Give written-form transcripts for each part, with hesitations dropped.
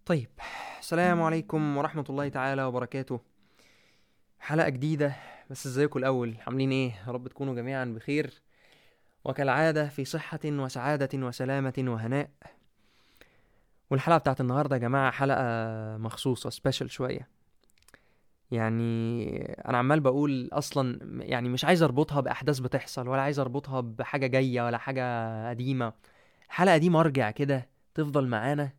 طيب، السلام عليكم ورحمة الله تعالى وبركاته. حلقة جديدة. بس ازيكم الأول؟ عاملين ايه؟ يا رب تكونوا جميعا بخير وكالعادة في صحة وسعادة وسلامة وهناء. والحلقة بتاعت النهاردة يا جماعة حلقة مخصوصة سبيشال شوية. يعني أنا عمال بقول أصلا، يعني مش عايز أربطها بأحداث بتحصل، ولا عايز أربطها بحاجة جاية ولا حاجة قديمة. الحلقة دي مرجع كده تفضل معانا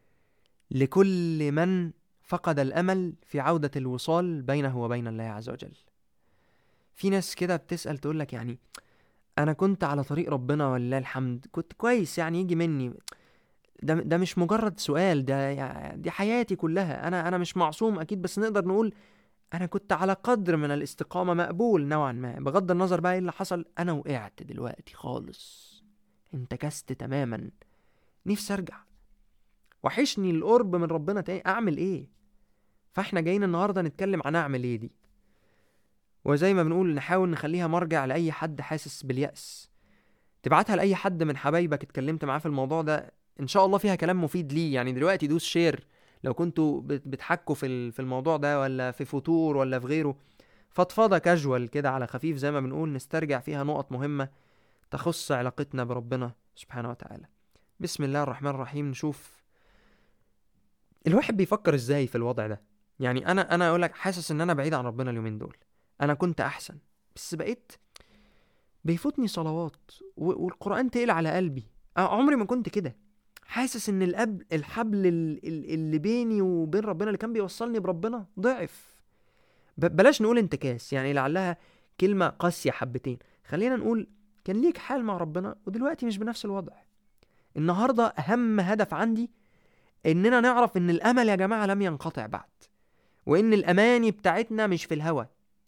لكل من فقد الأمل في عودة الوصال بينه وبين الله عز وجل. في ناس كده بتسأل تقولك، يعني أنا كنت على طريق ربنا ولله الحمد، كنت كويس، يعني يجي مني. ده مش مجرد سؤال، ده يعني دي حياتي كلها. أنا مش معصوم أكيد، بس نقدر نقول أنا كنت على قدر من الاستقامة مقبول نوعا ما، بغض النظر بقى إيه اللي حصل. أنا وقعت دلوقتي خالص، انتكست تماما، نفسي أرجع، وحشني القرب من ربنا تاني. أعمل إيه؟ فاحنا جايين النهارده نتكلم عن اعمل ايه دي. وزي ما بنقول نحاول نخليها مرجع لاي حد حاسس باليأس، تبعتها لاي حد من حبايبك اتكلمت معاه في الموضوع ده، ان شاء الله فيها كلام مفيد ليه. يعني دلوقتي دوس شير لو كنتوا بتحكوا في الموضوع ده، ولا في فتور ولا في غيره. فضفضة كاجوال كده على خفيف، زي ما بنقول نسترجع فيها نقط مهمة تخص علاقتنا بربنا سبحانه وتعالى. بسم الله الرحمن الرحيم. نشوف الواحد بيفكر ازاي في الوضع ده. يعني انا اقول لك، حاسس ان انا بعيد عن ربنا اليومين دول. انا كنت احسن، بس بقيت بيفوتني صلوات والقرآن تقيل على قلبي. عمري ما كنت كده. حاسس ان الحبل اللي بيني وبين ربنا، اللي كان بيوصلني بربنا، ضعف. بلاش نقول انتكاس، يعني لعلها كلمة قاسية حبتين. خلينا نقول كان ليك حال مع ربنا ودلوقتي مش بنفس الوضع. النهاردة اهم هدف عندي اننا نعرف ان الامل يا جماعة لم ينقطع بعد، وان الاماني بتاعتنا مش في الهوا.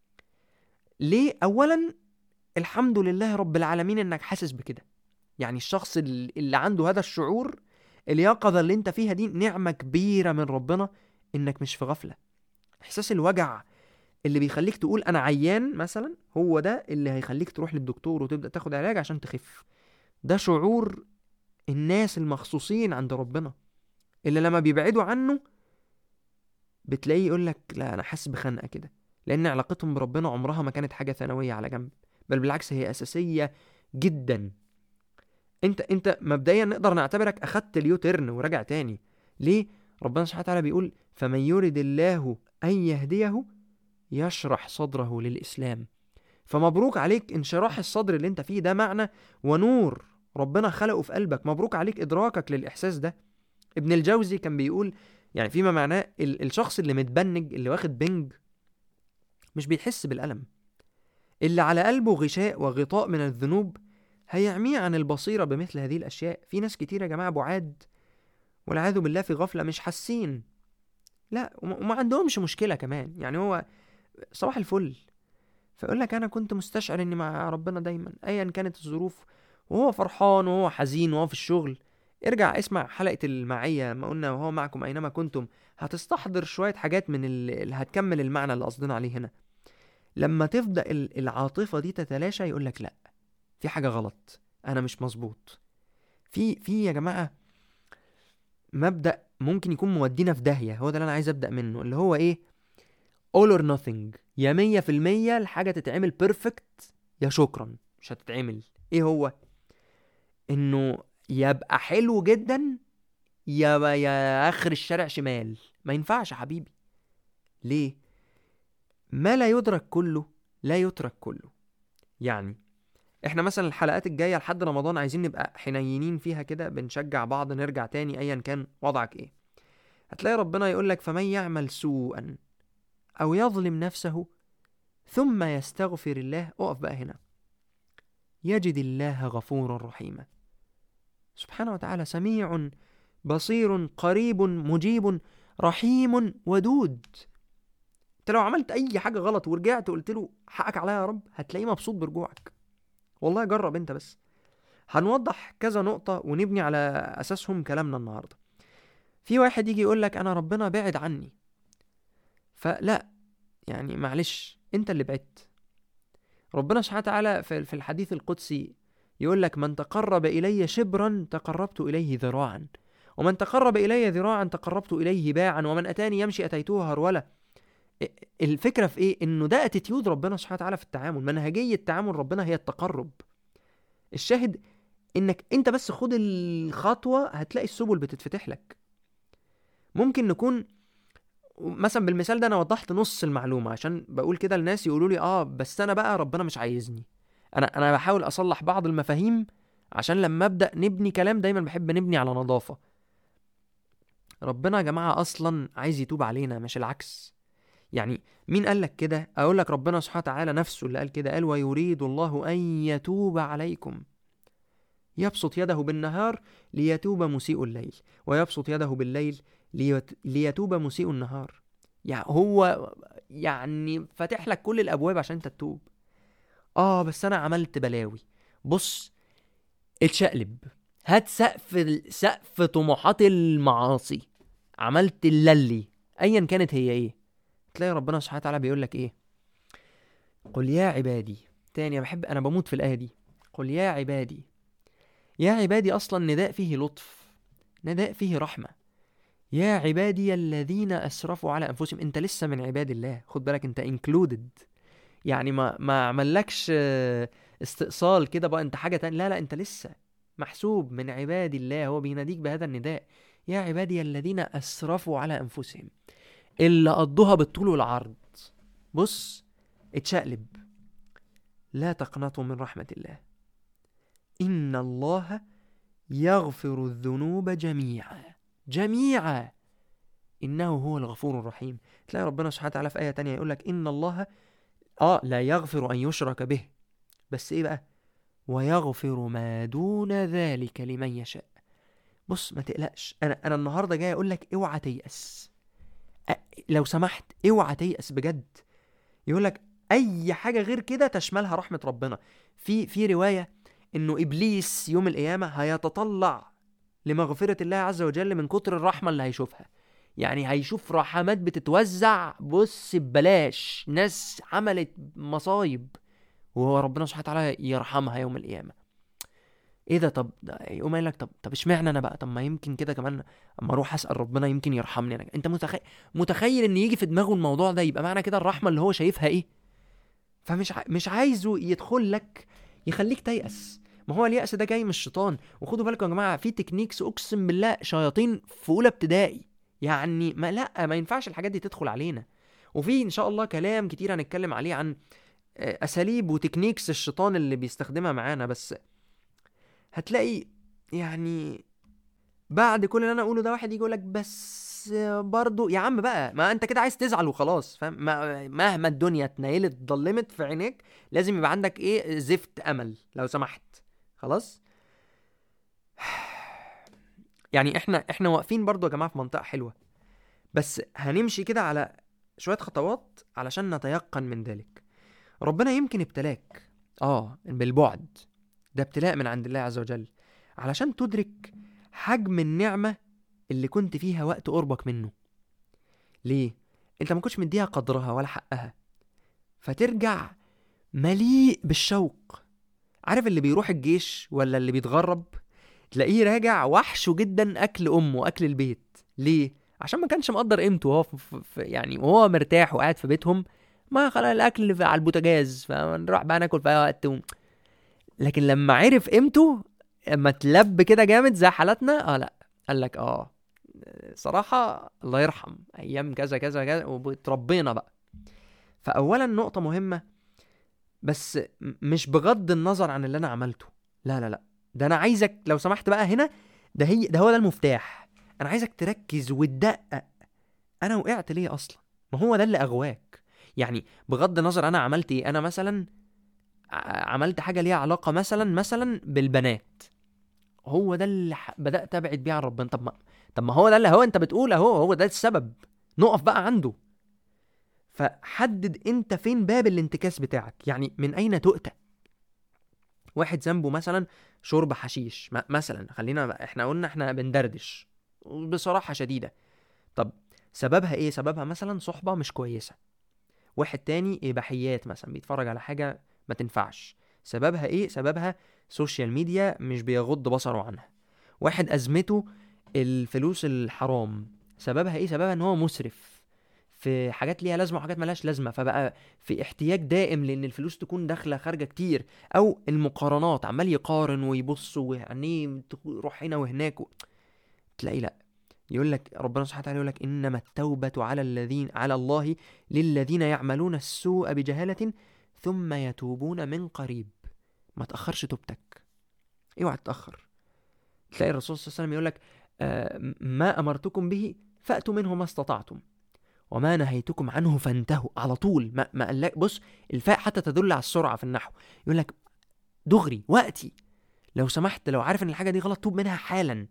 ليه؟ اولا، الحمد لله رب العالمين انك حاسس بكده. يعني الشخص اللي عنده هذا الشعور، اليقظة اللي انت فيها دي نعمة كبيرة من ربنا، انك مش في غفلة. احساس الوجع اللي بيخليك تقول انا عيان مثلا، هو ده اللي هيخليك تروح للدكتور وتبدأ تاخد علاج عشان تخف. ده شعور الناس المخصوصين عند ربنا، اللي لما بيبعدوا عنه بتلاقيه يقولك لا انا حاسس بخنقة كده، لان علاقتهم بربنا عمرها ما كانت حاجة ثانوية على جنب، بل بالعكس هي اساسية جدا. انت مبدئيا نقدر نعتبرك اخدت اليوتيرن وراجع تاني. ليه؟ ربنا سبحانه وتعالى بيقول فمن يرد الله ان يهديه يشرح صدره للاسلام. فمبروك عليك انشراح الصدر اللي انت فيه، ده معنى ونور ربنا خلقه في قلبك. مبروك عليك ادراكك للاحساس ده. ابن الجوزي كان بيقول، يعني فيما معناه الشخص اللي متبنج، اللي واخد بنج، مش بيحس بالألم. اللي على قلبه غشاء وغطاء من الذنوب هيعميه عن البصيرة بمثل هذه الأشياء. في ناس كتير يا جماعة بعاد والعياذ بالله في غفلة، مش حاسين. لا، وما عندهمش مشكلة كمان، يعني هو صباح الفل. فيقول لك أنا كنت مستشعر إني مع ربنا دايما أيا كانت الظروف، وهو فرحان وهو حزين وهو في الشغل. ارجع اسمع حلقة المعية لما قلنا وهو معكم أينما كنتم، هتستحضر شوية حاجات من اللي هتكمل المعنى اللي قصدنا عليه هنا. لما تبدأ العاطفة دي تتلاشى، يقولك لأ، في حاجة غلط، أنا مش مظبوط. في يا جماعة مبدأ ممكن يكون مودينا في داهية، هو ده اللي أنا عايز أبدأ منه، اللي هو إيه؟ all or nothing. يا 100% الحاجة تتعمل perfect، يا شكرا مش هتتعمل. إيه هو؟ إنه يبقى حلو جدا، يا آخر الشارع شمال. ما ينفعش يا حبيبي. ليه؟ ما لا يدرك كله لا يترك كله. يعني احنا مثلا الحلقات الجاية لحد رمضان عايزين نبقى حنينين فيها كده، بنشجع بعض نرجع تاني ايا كان وضعك ايه. هتلاقي ربنا يقولك فمن يعمل سوءا او يظلم نفسه ثم يستغفر الله، اقف بقى هنا، يجد الله غفورا رحيما. سبحانه وتعالى سميع بصير قريب مجيب رحيم ودود. انت لو عملت اي حاجة غلط ورجعت وقلت له حقك عليا يا رب، هتلاقيه مبسوط برجوعك. والله جرب انت بس. هنوضح كذا نقطة ونبني على أساسهم كلامنا النهاردة. في واحد يجي يقولك أنا ربنا بعد عني، فلا، يعني معلش أنت اللي بعدت. ربنا سبحانه وتعالى في الحديث القدسي يقولك من تقرب إلي شبرا تقربت إليه ذراعا، ومن تقرب إلي ذراعا تقربت إليه باعا، ومن أتاني يمشي أتيته هرولة. الفكرة في إيه؟ إنه ده اتيتيود ربنا سبحانه وتعالى في التعامل، منهجية تعامل ربنا هي التقرب. الشاهد إنك أنت بس خد الخطوة هتلاقي السبل بتتفتح لك. ممكن نكون مثلا بالمثال ده أنا وضحت نص المعلومة، عشان بقول كده الناس يقولوا لي بس أنا بقى ربنا مش عايزني. أنا بحاول أصلح بعض المفاهيم، عشان لما أبدأ نبني كلام دايما بحب نبني على نظافة. ربنا يا جماعة أصلا عايز يتوب علينا، مش العكس. يعني مين قال لك كده؟ أقول لك ربنا سبحانه وتعالى نفسه اللي قال كده، قال ويريد الله أن يتوب عليكم يبسط يده بالنهار ليتوب مسيء الليل، ويبسط يده بالليل ليتوب مسيء النهار. يعني هو يعني فاتح لك كل الأبواب عشان انت تتوب. بس أنا عملت بلاوي. بص، اتشقلب، هات سقف طموحات المعاصي، عملت اللي ايا كانت هي ايه، تلاقي ربنا سبحانه وتعالى بيقول لك ايه؟ قل يا عبادي. تاني انا بموت في الايه دي. قل يا عبادي. يا عبادي اصلا نداء فيه لطف، نداء فيه رحمه. يا عبادي الذين اسرفوا على انفسهم. انت لسه من عباد الله، خد بالك انت انكلودد. يعني ما عملكش استئصال كده بقى انت حاجه تانية. لا انت لسه محسوب من عباد الله. هو بيناديك بهذا النداء، يا عبادي الذين اسرفوا على انفسهم، اللي قضوها بالطول والعرض. بص، اتشقلب. لا تقنطوا من رحمة الله، إن الله يغفر الذنوب جميعا جميعا إنه هو الغفور الرحيم. تلاقي ربنا سبحانه وتعالى في آية تانية يقولك إن الله لا يغفر أن يشرك به، بس إيه بقى؟ ويغفر ما دون ذلك لمن يشاء. بص ما تقلقش، أنا النهاردة جاي أقولك اوعى تيأس. لو سمحت اوعى تيأس بجد. يقولك اي حاجه غير كده تشملها رحمه ربنا. في روايه انه ابليس يوم القيامه هيتطلع لمغفره الله عز وجل من كتر الرحمه اللي هيشوفها. يعني هيشوف رحمات بتتوزع بص ببلاش، ناس عملت مصايب وهو ربنا سبحانه وتعالى يرحمها يوم القيامه. ايه ده؟ طب يقوم قايل لك طب اشمعنى انا بقى؟ طب ما يمكن كده كمان اما اروح اسال ربنا يمكن يرحمني انا. انت متخيل ان يجي في دماغه الموضوع ده؟ يبقى معنى كده الرحمه اللي هو شايفها ايه؟ فمش مش عايزه يدخل لك يخليك تيأس. ما هو اليأس ده جاي من الشيطان. وخدوا بالكم يا جماعه، في تكنيكس اقسم بالله شياطين في اولى ابتدائي. يعني ما ينفعش الحاجات دي تدخل علينا. وفي ان شاء الله كلام كتير هنتكلم عليه عن اساليب وتكنيكس الشيطان اللي بيستخدمها معانا. بس هتلاقي يعني بعد كل اللي انا اقوله ده واحد يجي يقولك بس برضو يا عم بقى، ما انت كده عايز تزعل وخلاص، فاهم؟ مهما الدنيا اتنيلت ضلمت في عينيك لازم يبقى عندك ايه؟ زفت امل لو سمحت. خلاص يعني احنا واقفين برضو يا جماعة في منطقة حلوة، بس هنمشي كده على شوية خطوات علشان نتيقن من ذلك. ربنا يمكن ابتلاك بالبعد، ده ابتلاء من عند الله عز وجل علشان تدرك حجم النعمة اللي كنت فيها وقت قربك منه. ليه؟ انت ما كنتش مديها قدرها ولا حقها، فترجع مليء بالشوق. عارف اللي بيروح الجيش ولا اللي بيتغرب تلاقيه راجع وحشه جدا اكل امه، اكل البيت. ليه؟ عشان ما كانش مقدر قيمته. هو يعني وهو مرتاح وقاعد في بيتهم، ما خلاص الاكل على البوتاجاز، فنروح بقى ناكل في اي وقت لكن لما عرف قيمته، اما تلب كده جامد زي حالتنا، لا قال لك صراحة الله يرحم ايام كذا كذا كذا وتربينا بقى. فاولا نقطة مهمة، بس مش بغض النظر عن اللي انا عملته، لا ده انا عايزك لو سمحت بقى هنا، ده هو ده المفتاح. انا عايزك تركز وتدقق، انا وقعت ليه اصلا؟ ما هو ده اللي اغواك. يعني بغض النظر انا عملت ايه، انا مثلا عملت حاجة ليها علاقة مثلا بالبنات، هو ده اللي بدأت ابعد بيه عن ربنا. طب ما هو ده اللي هو انت بتقول هو ده السبب، نقف بقى عنده. فحدد انت فين باب الانتكاس بتاعك، يعني من اين تؤتى. واحد ذنبه مثلا شرب حشيش مثلا، خلينا احنا قلنا احنا بندردش بصراحة شديدة. طب سببها ايه؟ سببها مثلا صحبة مش كويسة. واحد تاني اباحيات مثلا، بيتفرج على حاجة ما تنفعش. سببها ايه؟ سببها سوشيال ميديا مش بيغض بصره عنها. واحد ازمته الفلوس الحرام سببها ايه؟ سببها ان هو مسرف في حاجات ليها لازمه وحاجات ملهاش لازمه، فبقى في احتياج دائم لان الفلوس تكون داخله خارجه كتير. او المقارنات، عمال يقارن ويبص ويعني تروح هنا وهناك تلاقي لا. يقول لك ربنا سبحانه وتعالى يقول لك انما التوبه على الله للذين يعملون السوء بجهاله ثم يتوبون من قريب. ما تاخرش توبتك، اوعى تتاخر. تلاقي الرسول صلى الله عليه وسلم يقول لك ما امرتكم به فاتوا منه ما استطعتم وما نهيتكم عنه فانتهوا. على طول، ما قال لك بص، الفاء حتى تدل على السرعه في النحو. يقول لك دغري وقتي، لو سمحت، لو عارف ان الحاجه دي غلط توب منها حالا.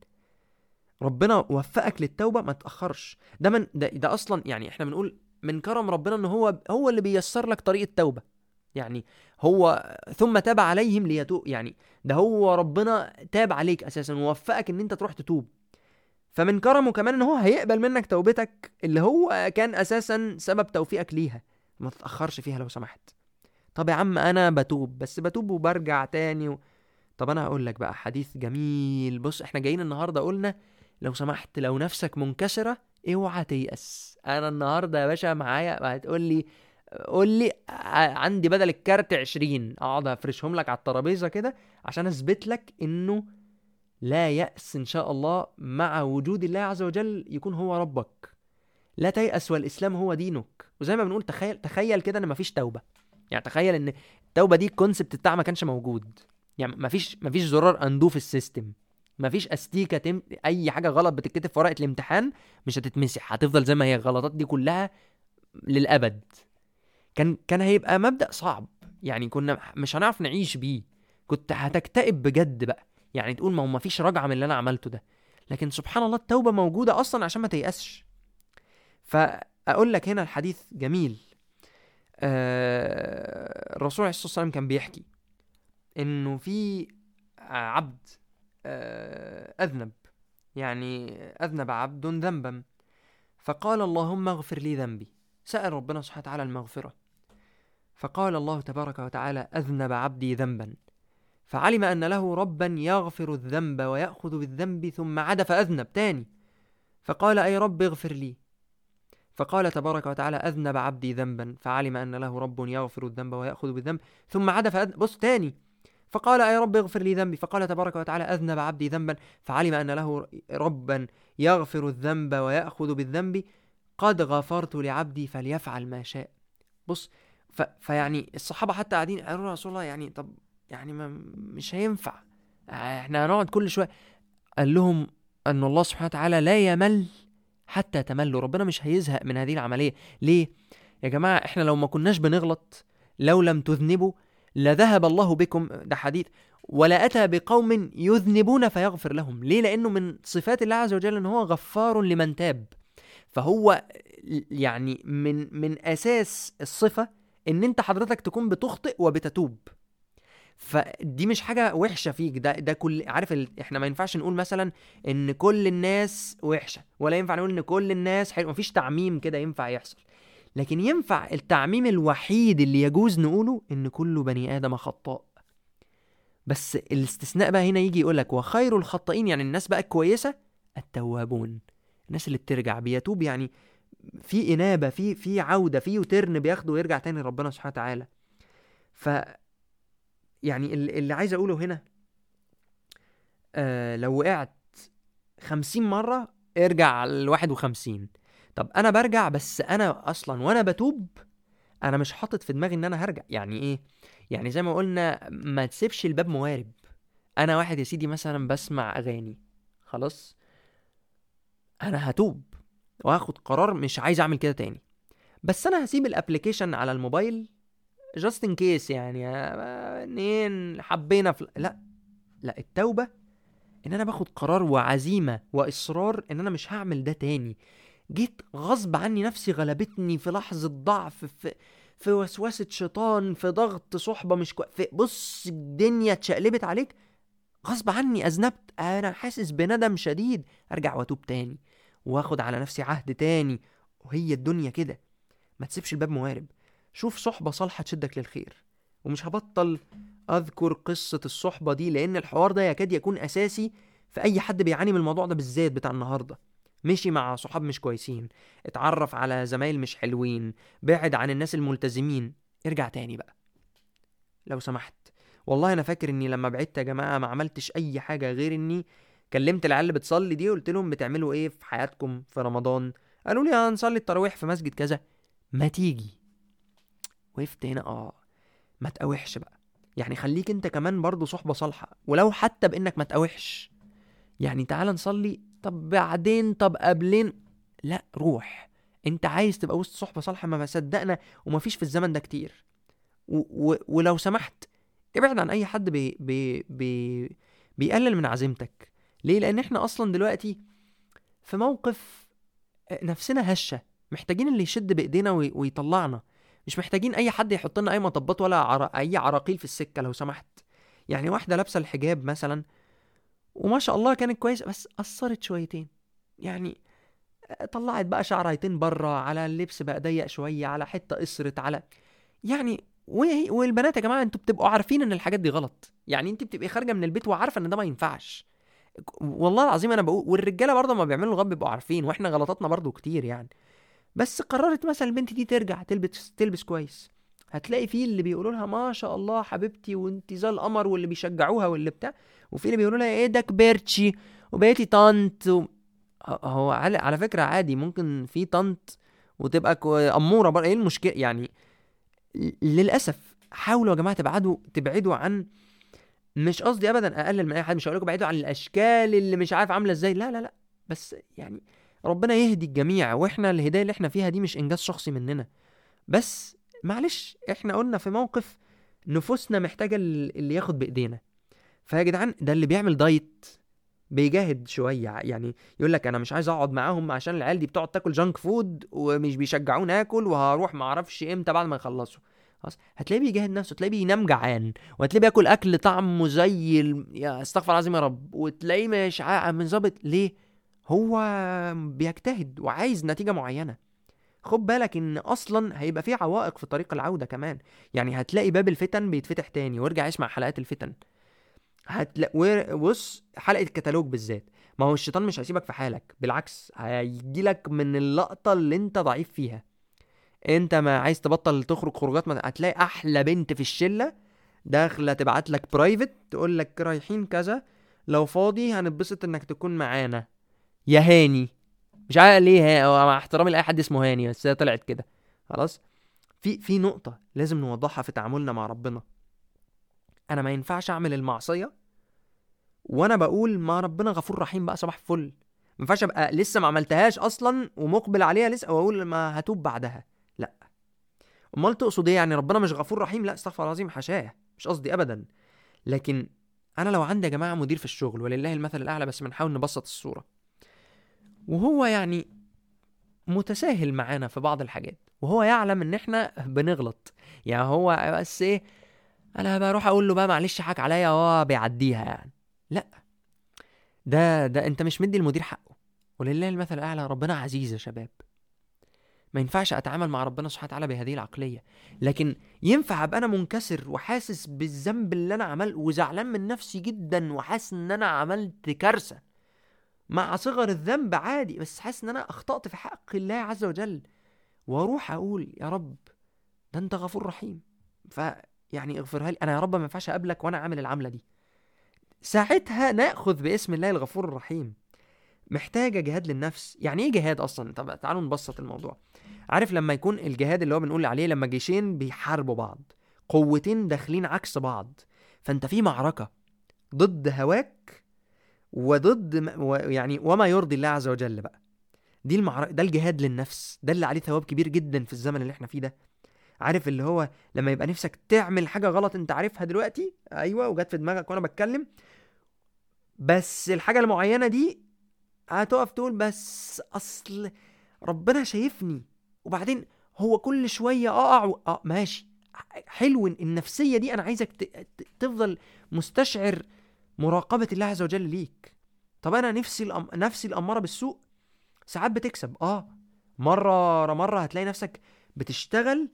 ربنا وفقك للتوبه، ما تاخرش. ده اصلا يعني احنا بنقول من كرم ربنا ان هو اللي بيسر لك طريق التوبه. يعني هو ثم تاب عليهم ليتوب، يعني ده هو ربنا تاب عليك اساسا ووفقك ان انت تروح تتوب. فمن كرمه كمان ان هو هيقبل منك توبتك اللي هو كان اساسا سبب توفيقك ليها. ما تتاخرش فيها لو سمحت. طب يا عم انا بتوب، بس بتوب وبرجع تاني طب انا هقول لك بقى حديث جميل. بص احنا جايين النهارده قلنا لو سمحت لو نفسك منكسره اوعى تيأس. انا النهارده يا باشا معايا، هتقول لي قول لي عندي بدل الكارت 20 اقعد افرشهم لك على الترابيزه كده عشان اثبت لك انه لا يأس ان شاء الله مع وجود الله عز وجل يكون هو ربك. لا تيأس والاسلام هو دينك. وزي ما بنقول تخيل كده ان مفيش توبه. يعني تخيل ان التوبه دي الكونسبت بتاعها ما كانش موجود. يعني مفيش زرار اندو في السيستم، مفيش استيكه اي حاجه غلط بتتكتب في ورقه الامتحان مش هتتمسح، هتفضل زي ما هي الغلطات دي كلها للابد. كان هيبقى مبدأ صعب، يعني كنا مش هنعرف نعيش بيه. كنت هتكتئب بجد بقى، يعني تقول ما هو مفيش رجعه من اللي انا عملته ده. لكن سبحان الله التوبه موجوده اصلا عشان ما تيأسش. فاقول لك هنا الحديث جميل. الرسول عليه الصلاه والسلام كان بيحكي انه في عبد اذنب، يعني اذنب عبد ذنبا فقال اللهم اغفر لي ذنبي. سأل ربنا سبحانه وتعالى المغفرة، فقال الله تبارك وتعالى أذنب عبدي ذنبا فعلم أن له ربا يغفر الذنب ويأخذ بالذنب ثم عاد فأذنب تاني فقال أي رب اغفر لي. فقال تبارك وتعالى أذنب عبدي ذنبا فعلم أن له رب يغفر الذنب ويأخذ بالذنب ثم عاد فأذنب. بص تاني، فقال أي رب اغفر لي ذنبي. فقال تبارك وتعالى أذنب عبدي ذنبا فعلم أن له ربا يغفر الذنب ويأخذ بالذنب قد غفرت لعبدي فليفعل ما شاء. بص فيعني الصحابة حتى قاعدين قالوا رسول الله يعني طب يعني مش هينفع احنا هنقعد كل شوية. قال لهم أن الله سبحانه وتعالى لا يمل حتى تملوا. ربنا مش هيزهق من هذه العملية. ليه يا جماعة؟ احنا لو ما كناش بنغلط، لو لم تذنبوا لذهب الله بكم، ده حديث، ولا أتى بقوم يذنبون فيغفر لهم. ليه؟ لأنه من صفات الله عز وجل أنه هو غفار لمن تاب. فهو يعني من أساس الصفة ان انت حضرتك تكون بتخطئ وبتتوب. فدي مش حاجة وحشة فيك. ده كل عارف احنا ما ينفعش نقول مثلا ان كل الناس وحشة، ولا ينفع نقول ان كل الناس حلو. مفيش تعميم كده ينفع يحصل. لكن ينفع التعميم الوحيد اللي يجوز نقوله ان كل بني آدم خطاء. بس الاستثناء بقى هنا يجي يقولك وخير الخطائين، يعني الناس بقى كويسة التوابون، الناس اللي بترجع بيتوب، يعني في إنابة، في عودة، في يوترن بياخده ويرجع تاني لربنا سبحانه وتعالى. ف يعني اللي عايز أقوله هنا لو وقعت 50 مرة ارجع ل51. طب أنا برجع، بس أنا أصلا وأنا بتوب أنا مش حاطط في دماغي إن أنا هرجع. يعني إيه؟ يعني زي ما قلنا ما تسيبش الباب موارب. أنا واحد يا سيدي مثلا بسمع أغاني، خلاص أنا هتوب وهاخد قرار مش عايز أعمل كده تاني، بس انا هسيب الابليكيشن على الموبايل جاست ان كيس، يعني اتنين حبينا لا التوبة ان انا باخد قرار وعزيمة واصرار ان انا مش هعمل ده تاني. جيت غصب عني، نفسي غلبتني في لحظة ضعف، في وسوسة شيطان، في ضغط صحبة مش في بص الدنيا اتشقلبت عليك، غصب عني اذنبت، انا حاسس بندم شديد، ارجع واتوب تاني واخد على نفسي عهد تاني. وهي الدنيا كده، ما تسيبش الباب موارب. شوف صحبة صالحة تشدك للخير. ومش هبطل أذكر قصة الصحبة دي لأن الحوار ده يكاد يكون أساسي في اي حد بيعاني من الموضوع ده بالذات بتاع النهارده. مشي مع صحاب مش كويسين، اتعرف على زمايل مش حلوين، بعد عن الناس الملتزمين، ارجع تاني بقى لو سمحت. والله انا فاكر اني لما بعدت يا جماعه ما عملتش اي حاجه غير اني كلمت العيال اللي بتصلي دي، قلت لهم بتعملوا ايه في حياتكم في رمضان؟ قالوا لي هنصلي التراويح في مسجد كذا. ما تيجي. وقفت هنا، ما تقاوحش بقى. يعني خليك انت كمان برضو صحبه صالحه، ولو حتى بانك ما تقاوحش. يعني تعال نصلي، طب بعدين، طب قبلين، لا روح. انت عايز تبقى وسط صحبه صالحه، ما صدقنا ومفيش في الزمن ده كتير. ولو سمحت ابعد عن اي حد بيقلل من عزيمتك. ليه؟ لان احنا اصلا دلوقتي في موقف نفسنا هشة، محتاجين اللي يشد بايدينا ويطلعنا. مش محتاجين اي حد يحط لنا اي مطبات ولا اي عراقيل في السكة لو سمحت. يعني واحدة لابسة الحجاب مثلا وما شاء الله كانت كويسة، بس قصرت شويتين، يعني طلعت بقى شعريتين بره، على اللبس بقى ضيق شوية، على حتة قصرت، على يعني والبنات يا جماعه انتوا بتبقوا عارفين ان الحاجات دي غلط. يعني انت بتبقي خارجه من البيت وعارفه ان ده ما ينفعش. والله العظيم انا بقول، والرجاله برضه ما بيعملوا الغلط بيبقوا عارفين، واحنا غلطاتنا برضه كتير يعني. بس قررت مثلا البنت دي ترجع تلبس كويس، هتلاقي فيه اللي بيقولوا لها ما شاء الله حبيبتي وانت زي القمر، واللي بيشجعوها واللي بتاع، وفي اللي بيقولوا لها ايه ده كبرتشي وبقيتي طنط هو على فكره عادي ممكن في طنط وتبقى اموره بقى، ايه المشكله يعني؟ للاسف حاولوا يا جماعه تبعدوا عن، مش قصدي ابدا اقلل من اي حد، مش هقول لكم بعيدوا عن الاشكال اللي مش عارف عامله ازاي، لا لا لا، بس يعني ربنا يهدي الجميع، واحنا الهدايه اللي احنا فيها دي مش انجاز شخصي مننا، بس معلش احنا قلنا في موقف نفوسنا محتاجه اللي ياخد بايدينا. فيا جدعان ده اللي بيعمل دايت بيجاهد شويه، يعني يقول لك انا مش عايز اقعد معاهم عشان العيال دي بتقعد تاكل جانك فود ومش بيشجعوني اكل، وهروح ما اعرفش امتى بعد ما يخلصوا. خلاص هتلاقيه بيجاهد نفسه، تلاقيه بينام جعان، وهتلاقيه بياكل اكل طعمه زي يا استغفر العظيم يا رب، وتلاقيه مش من ظابط. ليه؟ هو بيجتهد وعايز نتيجه معينه. خد بالك ان اصلا هيبقى في عوائق في طريق العوده كمان. يعني هتلاقي باب الفتن بيتفتح تاني، وارجع اسمع حلقات الفتن، هتلاقي بص حلقة الكتالوج بالذات. ما هو الشيطان مش هيسيبك في حالك، بالعكس هيجيلك من اللقطة اللي انت ضعيف فيها. انت ما عايز تبطل تخرج خروجات، ما هتلاقي احلى بنت في الشلة داخلة تبعت لك برايفت تقول لك رايحين كذا، لو فاضي هنتبسط انك تكون معانا يا هاني. مش عارف ليه مع احترامي لاي حد اسمه هاني، بس هي طلعت كده. خلاص. في نقطة لازم نوضحها في تعاملنا مع ربنا. انا ما ينفعش اعمل المعصية وانا بقول ما ربنا غفور رحيم بقى صباح الفل. ما ينفعش ابقى لسه ما عملتهاش اصلا ومقبل عليها لسه واقول ما هتوب بعدها. لا. امال تقصد ايه؟ يعني ربنا مش غفور رحيم؟ لا استغفر الله العظيم حاشاه، مش قصدي ابدا. لكن انا لو عندي يا جماعه مدير في الشغل، ولله المثل الاعلى، بس بنحاول نبسط الصوره، وهو يعني متساهل معانا في بعض الحاجات، وهو يعلم ان احنا بنغلط، يعني هو بس ايه، انا بروح اقول له بقى معلش حق عليا، هو بيعديها يعني. لا، ده انت مش مدي المدير حقه. ولله المثل الاعلى، ربنا عزيز يا شباب. ما ينفعش اتعامل مع ربنا سبحانه وتعالى بهذه العقليه. لكن ينفع ابقى انا منكسر وحاسس بالذنب اللي انا عملته وزعلان من نفسي جدا وحاسس ان انا عملت كارثه، مع صغر الذنب عادي، بس حاسس ان انا اخطأت في حق الله عز وجل، واروح اقول يا رب ده انت غفور رحيم، يعني اغفرها لي انا يا رب، ما ينفعش اقابلك وانا عامل العمله دي. ساعتها ناخذ باسم الله الغفور الرحيم. محتاجه جهاد للنفس. يعني ايه جهاد اصلا؟ طب تعالوا نبسط الموضوع. عارف لما يكون الجهاد اللي هو بنقول عليه لما جيشين بيحاربوا بعض، قوتين داخلين عكس بعض، فانت في معركه ضد هواك وضد يعني وما يرضي الله عز وجل بقى. دي المعركه، ده الجهاد للنفس، ده اللي عليه ثواب كبير جدا في الزمن اللي احنا فيه ده. عارف اللي هو لما يبقى نفسك تعمل حاجه غلط انت عارفها دلوقتي، ايوه، وجت في دماغك وانا بتكلم، بس الحاجه المعينه دي هتقف تقول بس اصل ربنا شايفني، وبعدين هو كل شويه ماشي، حلو النفسيه دي. انا عايزك تفضل مستشعر مراقبه الله عز وجل ليك. طب انا نفسي الاماره بالسوء ساعات بتكسب، مره هتلاقي نفسك بتشتغل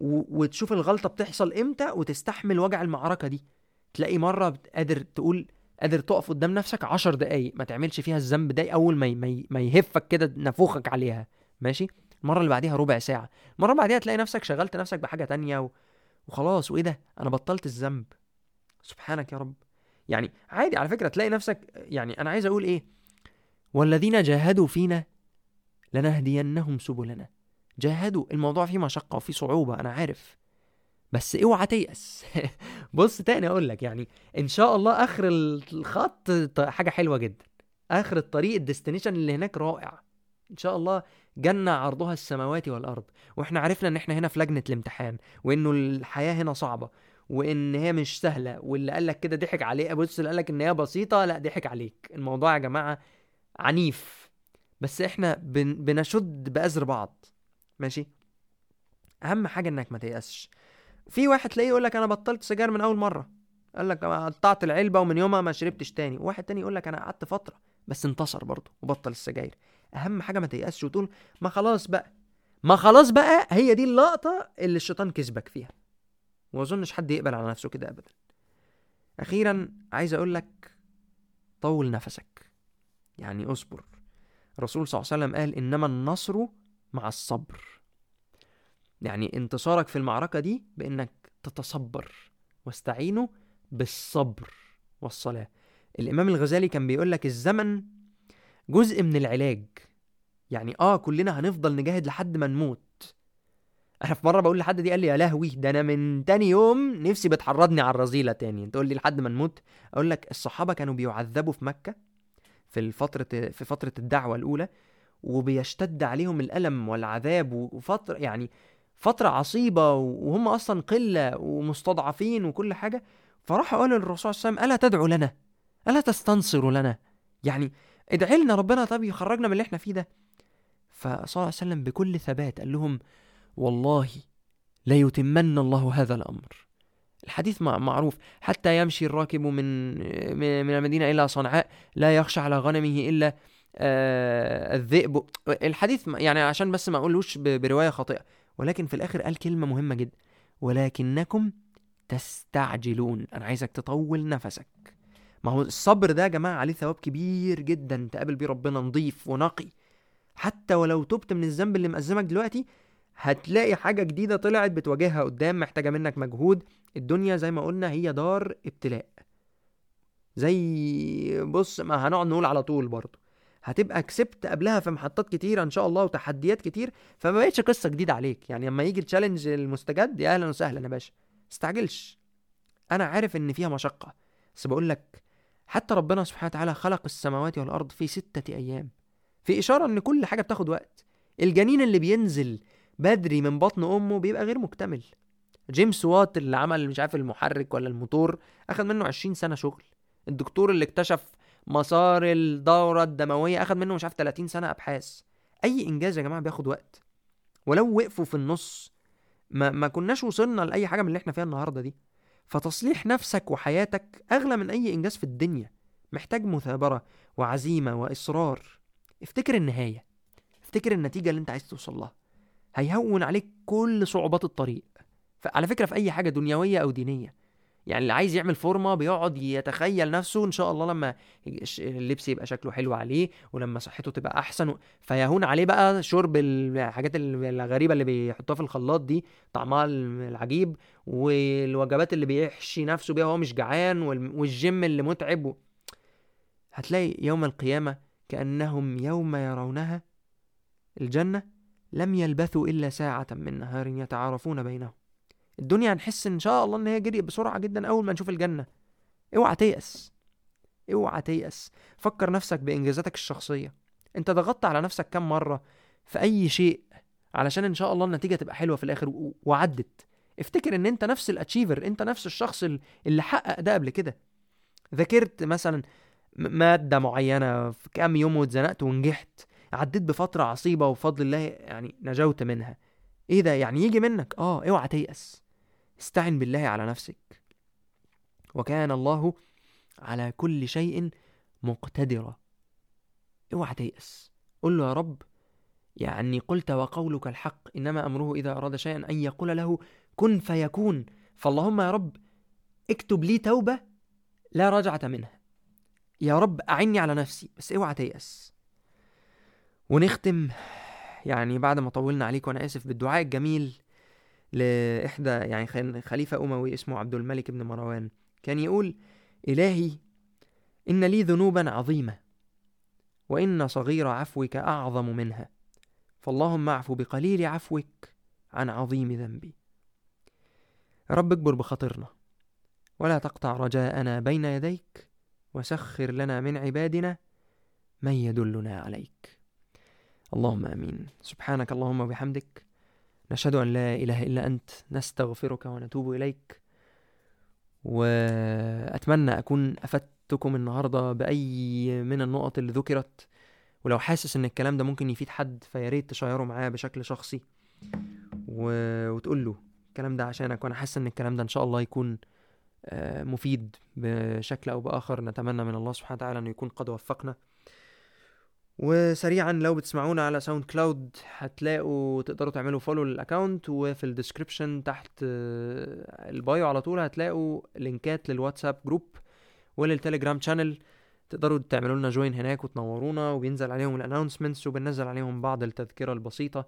وتشوف الغلطه بتحصل امتى وتستحمل وجع المعركه دي. تلاقي مره قادر تقول قادر تقف قدام نفسك 10 دقايق ما تعملش فيها الذنب ده، اول ما يهفك كده نفوخك عليها، ماشي. المره اللي بعديها ربع ساعه، المره اللي بعديها تلاقي نفسك شغلت نفسك بحاجه تانية وخلاص، وايه ده، انا بطلت الذنب. سبحانك يا رب. يعني عادي على فكره تلاقي نفسك، يعني انا عايز اقول ايه، والذين جاهدوا فينا لنهدينهم سبلنا. جاهدوا، الموضوع فيه مشقه وفيه صعوبه انا عارف، بس اوعى تيأس. بص تاني اقول لك، يعني ان شاء الله اخر الخط حاجه حلوه جدا، اخر الطريق الديستنيشن اللي هناك رائع ان شاء الله. جنة عرضها السماوات والارض. واحنا عرفنا ان احنا هنا في لجنه الامتحان، وانه الحياه هنا صعبه، وان هي مش سهله، واللي قال لك كده ضحك عليه. بص، اللي قال لك ان هي بسيطه، لا ضحك عليك. الموضوع يا جماعه عنيف، بس احنا بنشد بأزر بعض، ماشي. اهم حاجه انك ما تيأسش. في واحد تلاقيه يقول لك انا بطلت سجاير من اول مره، قال لك انا قطعت العلبه ومن يومها ما شربتش تاني. وواحد تاني يقول لك انا قعدت فتره بس انتصر برضه وبطل السجاير. اهم حاجه ما تيأسش وتقول ما خلاص بقى، ما خلاص بقى. هي دي اللقطه اللي الشيطان كسبك فيها، واظنش حد يقبل على نفسه كده ابدا. اخيرا عايز اقول لك طول نفسك، يعني اصبر. الرسول صلى الله عليه وسلم قال انما النصر مع الصبر. يعني انتصارك في المعركة دي بانك تتصبر، واستعينوا بالصبر والصلاة. الامام الغزالي كان بيقول لك الزمن جزء من العلاج. يعني كلنا هنفضل نجاهد لحد ما نموت. انا في مرة بقول لحد دي قال لي يا لهوي، ده انا من تاني يوم نفسي بتحرضني على الرذيلة تاني، انت تقول لي لحد ما نموت. اقول لك الصحابة كانوا بيعذبوا في مكة في فترة الدعوة الاولى، وبيشتد عليهم الألم والعذاب، وفترة يعني فترة عصيبة، وهم أصلا قلة ومستضعفين وكل حاجة. فراح قالوا للرسول صلى الله عليه وسلم ألا تدعو لنا، ألا تستنصر لنا، يعني ادعي لنا ربنا طب يخرجنا من اللي احنا فيه ده. فصلى الله عليه وسلم بكل ثبات قال لهم والله لا يتمن الله هذا الأمر. الحديث معروف، حتى يمشي الراكب من المدينة إلى صنعاء لا يخشى على غنمه إلا الذئب. الحديث يعني عشان بس ما أقولوش برواية خاطئة، ولكن في الآخر قال كلمة مهمة جدا، ولكنكم تستعجلون. أنا عايزك تطول نفسك. ما هو الصبر ده يا جماعة عليه ثواب كبير جدا تقابل بيه ربنا، نظيف ونقي. حتى ولو تبت من الذنب اللي مأزمك دلوقتي، هتلاقي حاجة جديدة طلعت بتواجهها قدام، محتاجة منك مجهود. الدنيا زي ما قلنا هي دار ابتلاء. زي بص ما هنقعد نقول على طول برضه، هتبقى كسبت قبلها في محطات كتيرة ان شاء الله وتحديات كتير، فما بقتش قصة جديدة عليك. يعني لما يجي التشالنج المستجد يا اهلا وسهلا يا باشا، استعجلش. انا عارف ان فيها مشقة، بس بقول لك حتى ربنا سبحانه وتعالى خلق السماوات والارض في 6 ايام، في اشارة ان كل حاجة بتاخد وقت. الجنين اللي بينزل بدري من بطن امه بيبقى غير مكتمل. جيمس وات اللي عمل مش عارف المحرك ولا الموتور اخد منه 20 سنة شغل. الدكتور اللي اكتشف مسار الدورة الدموية اخد منه مش عارف 30 سنة ابحاث. اي انجاز يا جماعة بياخد وقت، ولو وقفوا في النص ما كناش وصلنا لأي حاجة من اللي احنا فيها النهاردة دي. فتصليح نفسك وحياتك اغلى من اي انجاز في الدنيا، محتاج مثابرة وعزيمة واصرار. افتكر النهاية، افتكر النتيجة اللي انت عايز توصل لها، هيهون عليك كل صعوبات الطريق. على فكرة في أي حاجة دنيوية أو دينية، يعني اللي عايز يعمل فورمة بيقعد يتخيل نفسه إن شاء الله لما اللبس يبقى شكله حلو عليه، ولما صحته تبقى أحسن فيهون عليه بقى شرب الحاجات الغريبة اللي بيحطوها في الخلاط دي طعمها العجيب، والوجبات اللي بيحشي نفسه بيها وهو مش جعان، والجيم اللي متعب هتلاقي يوم القيامة كأنهم يوم يرونها الجنة لم يلبثوا إلا ساعة من نهار يتعارفون بينهم. الدنيا هنحس إن شاء الله إن هي جري بسرعة جدا أول ما نشوف الجنة. اوعى تيأس، اوعى تيأس. فكر نفسك بإنجازاتك الشخصية، انت ضغطت على نفسك كم مرة في أي شيء علشان إن شاء الله النتيجة تبقى حلوة في الآخر وعدت. افتكر إن انت نفس الأتشيفر، انت نفس الشخص اللي حقق ده قبل كده. ذاكرت مثلا مادة معينة في كام يوم واتزنقت ونجحت، عديت بفترة عصيبة وبفضل الله يعني نجوت منها. ايه ده يعني يجي منك؟ اوعى تيأس. استعن بالله على نفسك، وكان الله على كل شيء مقتدرا. اوعى تيأس، قل له يا رب يعني قلت وقولك الحق، انما امره اذا اراد شيئا ان يقول له كن فيكون. فاللهم يا رب اكتب لي توبة لا رجعة منها، يا رب أعني على نفسي، بس اوعى تيأس. ونختم يعني بعد ما طولنا عليك وأنا آسف بالدعاء الجميل لإحدى يعني خليفة أموي اسمه عبد الملك بن مروان. كان يقول: إلهي إن لي ذنوبا عظيمة، وإن صغير عفوك أعظم منها، فاللهم اعفو بقليل عفوك عن عظيم ذنبي. يا رب اكبر بخاطرنا، ولا تقطع رجاءنا بين يديك، وسخر لنا من عبادنا من يدلنا عليك. اللهم آمين. سبحانك اللهم وبحمدك، نشهد أن لا إله إلا أنت، نستغفرك ونتوب إليك. وأتمنى أكون أفدتكم النهاردة بأي من النقط اللي ذكرت، ولو حاسس ان الكلام ده ممكن يفيد حد فياريت تشيره معاه بشكل شخصي وتقول له الكلام ده عشانك. وانا حاسس ان الكلام ده ان شاء الله يكون مفيد بشكل او باخر. نتمنى من الله سبحانه وتعالى انه يكون قد وفقنا. وسريعا، لو بتسمعونا على ساوند كلاود هتلاقوا تقدروا تعملوا فولو للاكاونت، وفي الديسكريبشن تحت البايو على طول هتلاقوا لينكات للواتساب جروب وللتليجرام شانل، تقدروا تعملوا لنا جوين هناك وتنورونا، وبينزل عليهم الاناونسمنتس وبننزل عليهم بعض التذكرة البسيطة.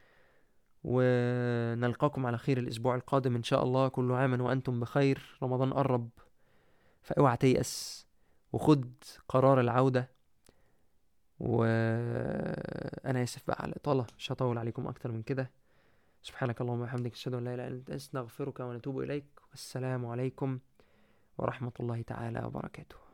ونلقاكم على خير الاسبوع القادم ان شاء الله. كل عام وانتم بخير، رمضان قرب، فاوعى تيأس وخد قرار العودة. وانا اسف بقى على الاطالة، مش هطول عليكم اكتر من كده. سبحانك اللهم وبحمدك، اشهد ان لا اله الا انت، استغفرك ونتوب اليك. والسلام عليكم ورحمة الله تعالى وبركاته.